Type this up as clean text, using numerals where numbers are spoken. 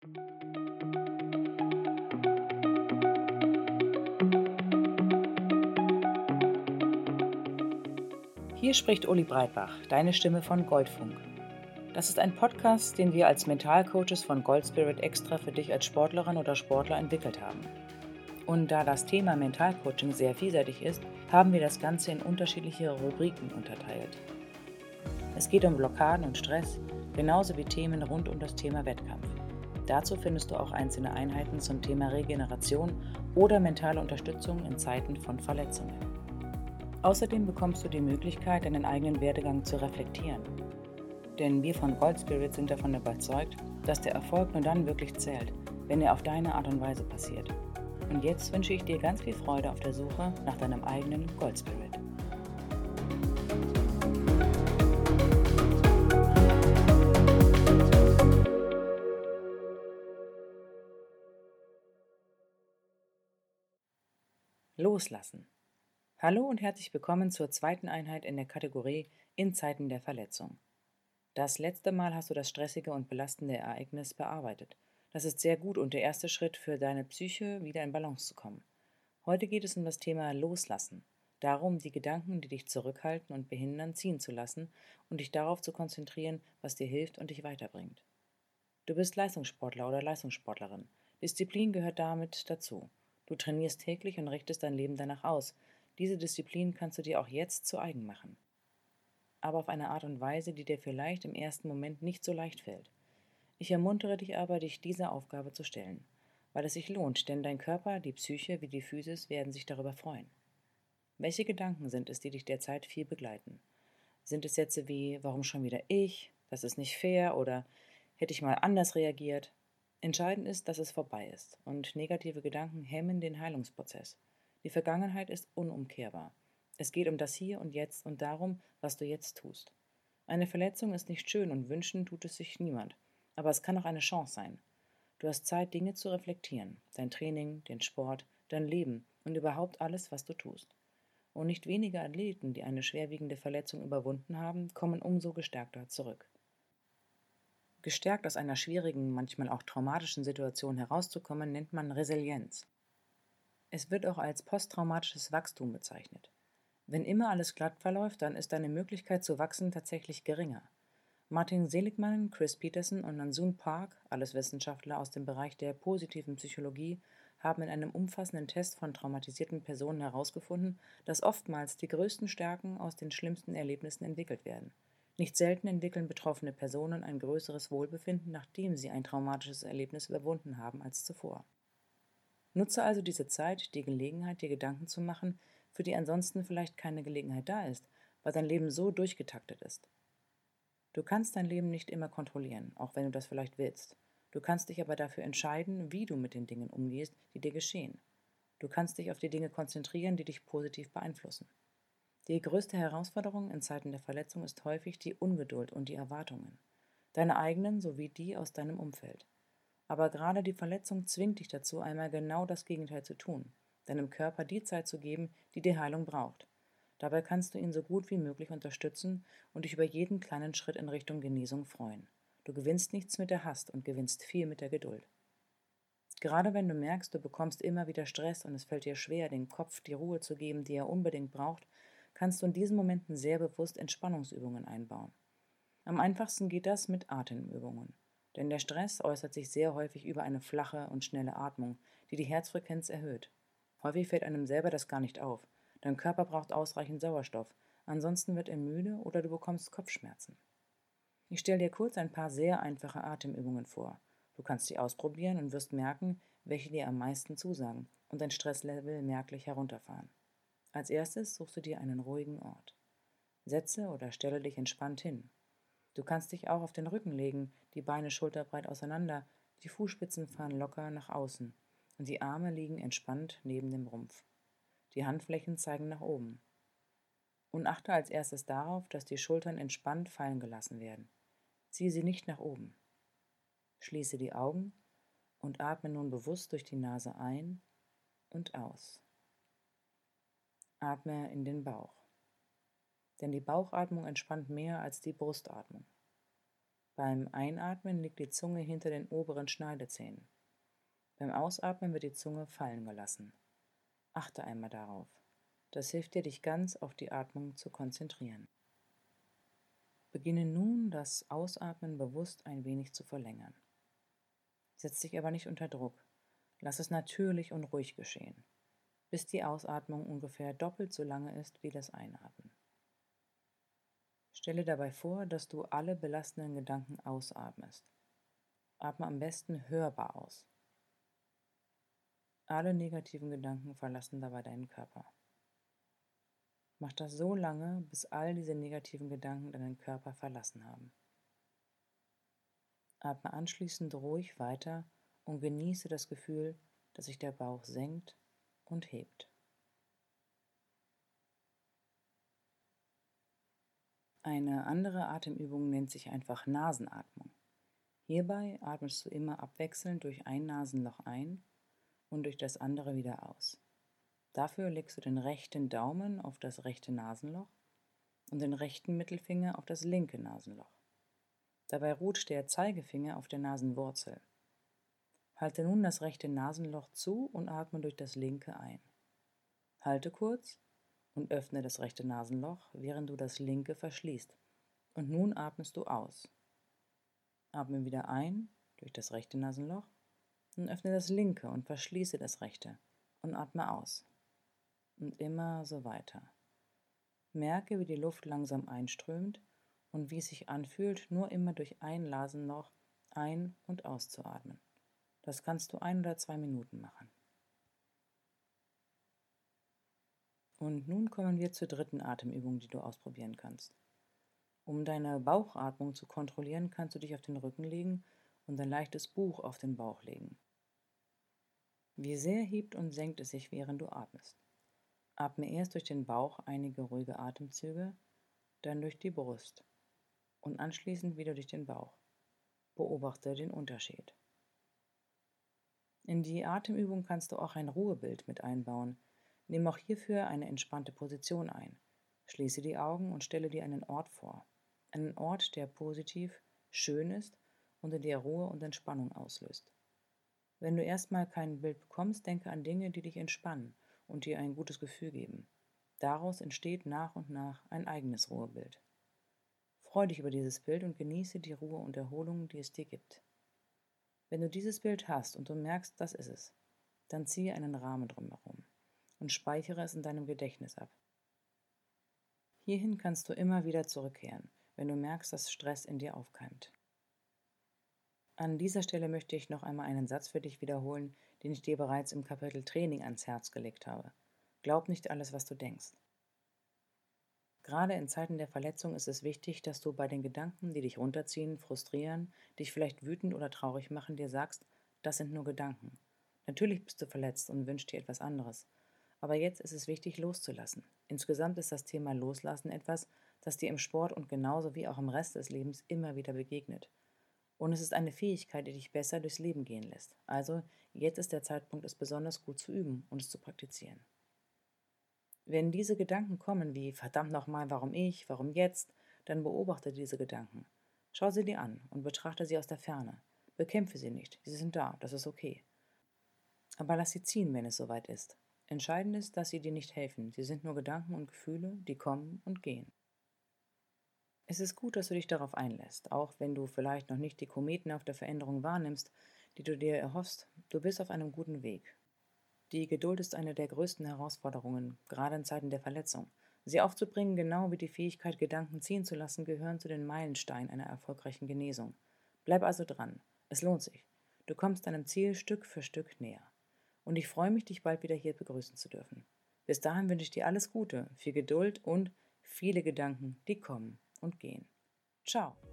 Hier spricht Uli Breitbach, deine Stimme von Goldfunk. Das ist ein Podcast, den wir als Mentalcoaches von Goldspirit extra für dich als Sportlerin oder Sportler entwickelt haben. Und da das Thema Mentalcoaching sehr vielseitig ist, haben wir das Ganze in unterschiedliche Rubriken unterteilt. Es geht um Blockaden und Stress, genauso wie Themen rund um das Thema Wettkampf. Dazu findest du auch einzelne Einheiten zum Thema Regeneration oder mentale Unterstützung in Zeiten von Verletzungen. Außerdem bekommst du die Möglichkeit, deinen eigenen Werdegang zu reflektieren. Denn wir von Goldspirit sind davon überzeugt, dass der Erfolg nur dann wirklich zählt, wenn er auf deine Art und Weise passiert. Und jetzt wünsche ich dir ganz viel Freude auf der Suche nach deinem eigenen Goldspirit. Loslassen. Hallo und herzlich willkommen zur zweiten Einheit in der Kategorie In Zeiten der Verletzung. Das letzte Mal hast du das stressige und belastende Ereignis bearbeitet. Das ist sehr gut und der erste Schritt für deine Psyche, wieder in Balance zu kommen. Heute geht es um das Thema Loslassen. Darum, die Gedanken, die dich zurückhalten und behindern, ziehen zu lassen und dich darauf zu konzentrieren, was dir hilft und dich weiterbringt. Du bist Leistungssportler oder Leistungssportlerin. Disziplin gehört damit dazu. Du trainierst täglich und richtest dein Leben danach aus. Diese Disziplin kannst du dir auch jetzt zu eigen machen. Aber auf eine Art und Weise, die dir vielleicht im ersten Moment nicht so leicht fällt. Ich ermuntere dich aber, dich dieser Aufgabe zu stellen, weil es sich lohnt, denn dein Körper, die Psyche wie die Physis werden sich darüber freuen. Welche Gedanken sind es, die dich derzeit viel begleiten? Sind es Sätze wie, warum schon wieder ich, das ist nicht fair oder hätte ich mal anders reagiert? Entscheidend ist, dass es vorbei ist und negative Gedanken hemmen den Heilungsprozess. Die Vergangenheit ist unumkehrbar. Es geht um das Hier und Jetzt und darum, was du jetzt tust. Eine Verletzung ist nicht schön und wünschen tut es sich niemand, aber es kann auch eine Chance sein. Du hast Zeit, Dinge zu reflektieren, dein Training, den Sport, dein Leben und überhaupt alles, was du tust. Und nicht wenige Athleten, die eine schwerwiegende Verletzung überwunden haben, kommen umso gestärkter zurück. Gestärkt aus einer schwierigen, manchmal auch traumatischen Situation herauszukommen, nennt man Resilienz. Es wird auch als posttraumatisches Wachstum bezeichnet. Wenn immer alles glatt verläuft, dann ist deine Möglichkeit zu wachsen tatsächlich geringer. Martin Seligman, Chris Peterson und Nansoon Park, alles Wissenschaftler aus dem Bereich der positiven Psychologie, haben in einem umfassenden Test von traumatisierten Personen herausgefunden, dass oftmals die größten Stärken aus den schlimmsten Erlebnissen entwickelt werden. Nicht selten entwickeln betroffene Personen ein größeres Wohlbefinden, nachdem sie ein traumatisches Erlebnis überwunden haben, als zuvor. Nutze also diese Zeit, die Gelegenheit, dir Gedanken zu machen, für die ansonsten vielleicht keine Gelegenheit da ist, weil dein Leben so durchgetaktet ist. Du kannst dein Leben nicht immer kontrollieren, auch wenn du das vielleicht willst. Du kannst dich aber dafür entscheiden, wie du mit den Dingen umgehst, die dir geschehen. Du kannst dich auf die Dinge konzentrieren, die dich positiv beeinflussen. Die größte Herausforderung in Zeiten der Verletzung ist häufig die Ungeduld und die Erwartungen. Deine eigenen sowie die aus deinem Umfeld. Aber gerade die Verletzung zwingt dich dazu, einmal genau das Gegenteil zu tun, deinem Körper die Zeit zu geben, die die Heilung braucht. Dabei kannst du ihn so gut wie möglich unterstützen und dich über jeden kleinen Schritt in Richtung Genesung freuen. Du gewinnst nichts mit der Hast und gewinnst viel mit der Geduld. Gerade wenn du merkst, du bekommst immer wieder Stress und es fällt dir schwer, dem Kopf die Ruhe zu geben, die er unbedingt braucht, kannst du in diesen Momenten sehr bewusst Entspannungsübungen einbauen. Am einfachsten geht das mit Atemübungen. Denn der Stress äußert sich sehr häufig über eine flache und schnelle Atmung, die die Herzfrequenz erhöht. Häufig fällt einem selber das gar nicht auf. Dein Körper braucht ausreichend Sauerstoff, ansonsten wird er müde oder du bekommst Kopfschmerzen. Ich stelle dir kurz ein paar sehr einfache Atemübungen vor. Du kannst sie ausprobieren und wirst merken, welche dir am meisten zusagen und dein Stresslevel merklich herunterfahren. Als erstes suchst du dir einen ruhigen Ort. Setze oder stelle dich entspannt hin. Du kannst dich auch auf den Rücken legen, die Beine schulterbreit auseinander, die Fußspitzen fahren locker nach außen und die Arme liegen entspannt neben dem Rumpf. Die Handflächen zeigen nach oben. Und achte als erstes darauf, dass die Schultern entspannt fallen gelassen werden. Ziehe sie nicht nach oben. Schließe die Augen und atme nun bewusst durch die Nase ein und aus. Atme in den Bauch. Denn die Bauchatmung entspannt mehr als die Brustatmung. Beim Einatmen liegt die Zunge hinter den oberen Schneidezähnen. Beim Ausatmen wird die Zunge fallen gelassen. Achte einmal darauf. Das hilft dir, dich ganz auf die Atmung zu konzentrieren. Beginne nun, das Ausatmen bewusst ein wenig zu verlängern. Setz dich aber nicht unter Druck. Lass es natürlich und ruhig geschehen, bis die Ausatmung ungefähr doppelt so lange ist wie das Einatmen. Stelle dabei vor, dass du alle belastenden Gedanken ausatmest. Atme am besten hörbar aus. Alle negativen Gedanken verlassen dabei deinen Körper. Mach das so lange, bis all diese negativen Gedanken deinen Körper verlassen haben. Atme anschließend ruhig weiter und genieße das Gefühl, dass sich der Bauch senkt und hebt. Eine andere Atemübung nennt sich einfach Nasenatmung. Hierbei atmest du immer abwechselnd durch ein Nasenloch ein und durch das andere wieder aus. Dafür legst du den rechten Daumen auf das rechte Nasenloch und den rechten Mittelfinger auf das linke Nasenloch. Dabei ruht der Zeigefinger auf der Nasenwurzel. Halte nun das rechte Nasenloch zu und atme durch das linke ein. Halte kurz und öffne das rechte Nasenloch, während du das linke verschließt. Und nun atmest du aus. Atme wieder ein durch das rechte Nasenloch und öffne das linke und verschließe das rechte und atme aus. Und immer so weiter. Merke, wie die Luft langsam einströmt und wie es sich anfühlt, nur immer durch ein Nasenloch ein- und auszuatmen. Das kannst du 1 oder 2 Minuten machen. Und nun kommen wir zur dritten Atemübung, die du ausprobieren kannst. Um deine Bauchatmung zu kontrollieren, kannst du dich auf den Rücken legen und ein leichtes Buch auf den Bauch legen. Wie sehr hebt und senkt es sich, während du atmest? Atme erst durch den Bauch einige ruhige Atemzüge, dann durch die Brust und anschließend wieder durch den Bauch. Beobachte den Unterschied. In die Atemübung kannst du auch ein Ruhebild mit einbauen. Nimm auch hierfür eine entspannte Position ein. Schließe die Augen und stelle dir einen Ort vor. Einen Ort, der positiv, schön ist und in der Ruhe und Entspannung auslöst. Wenn du erstmal kein Bild bekommst, denke an Dinge, die dich entspannen und dir ein gutes Gefühl geben. Daraus entsteht nach und nach ein eigenes Ruhebild. Freu dich über dieses Bild und genieße die Ruhe und Erholung, die es dir gibt. Wenn du dieses Bild hast und du merkst, das ist es, dann ziehe einen Rahmen drumherum und speichere es in deinem Gedächtnis ab. Hierhin kannst du immer wieder zurückkehren, wenn du merkst, dass Stress in dir aufkeimt. An dieser Stelle möchte ich noch einmal einen Satz für dich wiederholen, den ich dir bereits im Kapitel Training ans Herz gelegt habe. Glaub nicht alles, was du denkst. Gerade in Zeiten der Verletzung ist es wichtig, dass du bei den Gedanken, die dich runterziehen, frustrieren, dich vielleicht wütend oder traurig machen, dir sagst, das sind nur Gedanken. Natürlich bist du verletzt und wünschst dir etwas anderes. Aber jetzt ist es wichtig, loszulassen. Insgesamt ist das Thema Loslassen etwas, das dir im Sport und genauso wie auch im Rest des Lebens immer wieder begegnet. Und es ist eine Fähigkeit, die dich besser durchs Leben gehen lässt. Also, jetzt ist der Zeitpunkt, es besonders gut zu üben und es zu praktizieren. Wenn diese Gedanken kommen wie verdammt nochmal, warum ich, warum jetzt, dann beobachte diese Gedanken. Schau sie dir an und betrachte sie aus der Ferne. Bekämpfe sie nicht, sie sind da, das ist okay. Aber lass sie ziehen, wenn es soweit ist. Entscheidend ist, dass sie dir nicht helfen. Sie sind nur Gedanken und Gefühle, die kommen und gehen. Es ist gut, dass du dich darauf einlässt, auch wenn du vielleicht noch nicht die Kometen auf der Veränderung wahrnimmst, die du dir erhoffst. Du bist auf einem guten Weg. Die Geduld ist eine der größten Herausforderungen, gerade in Zeiten der Verletzung. Sie aufzubringen, genau wie die Fähigkeit, Gedanken ziehen zu lassen, gehören zu den Meilensteinen einer erfolgreichen Genesung. Bleib also dran. Es lohnt sich. Du kommst deinem Ziel Stück für Stück näher. Und ich freue mich, dich bald wieder hier begrüßen zu dürfen. Bis dahin wünsche ich dir alles Gute, viel Geduld und viele Gedanken, die kommen und gehen. Ciao.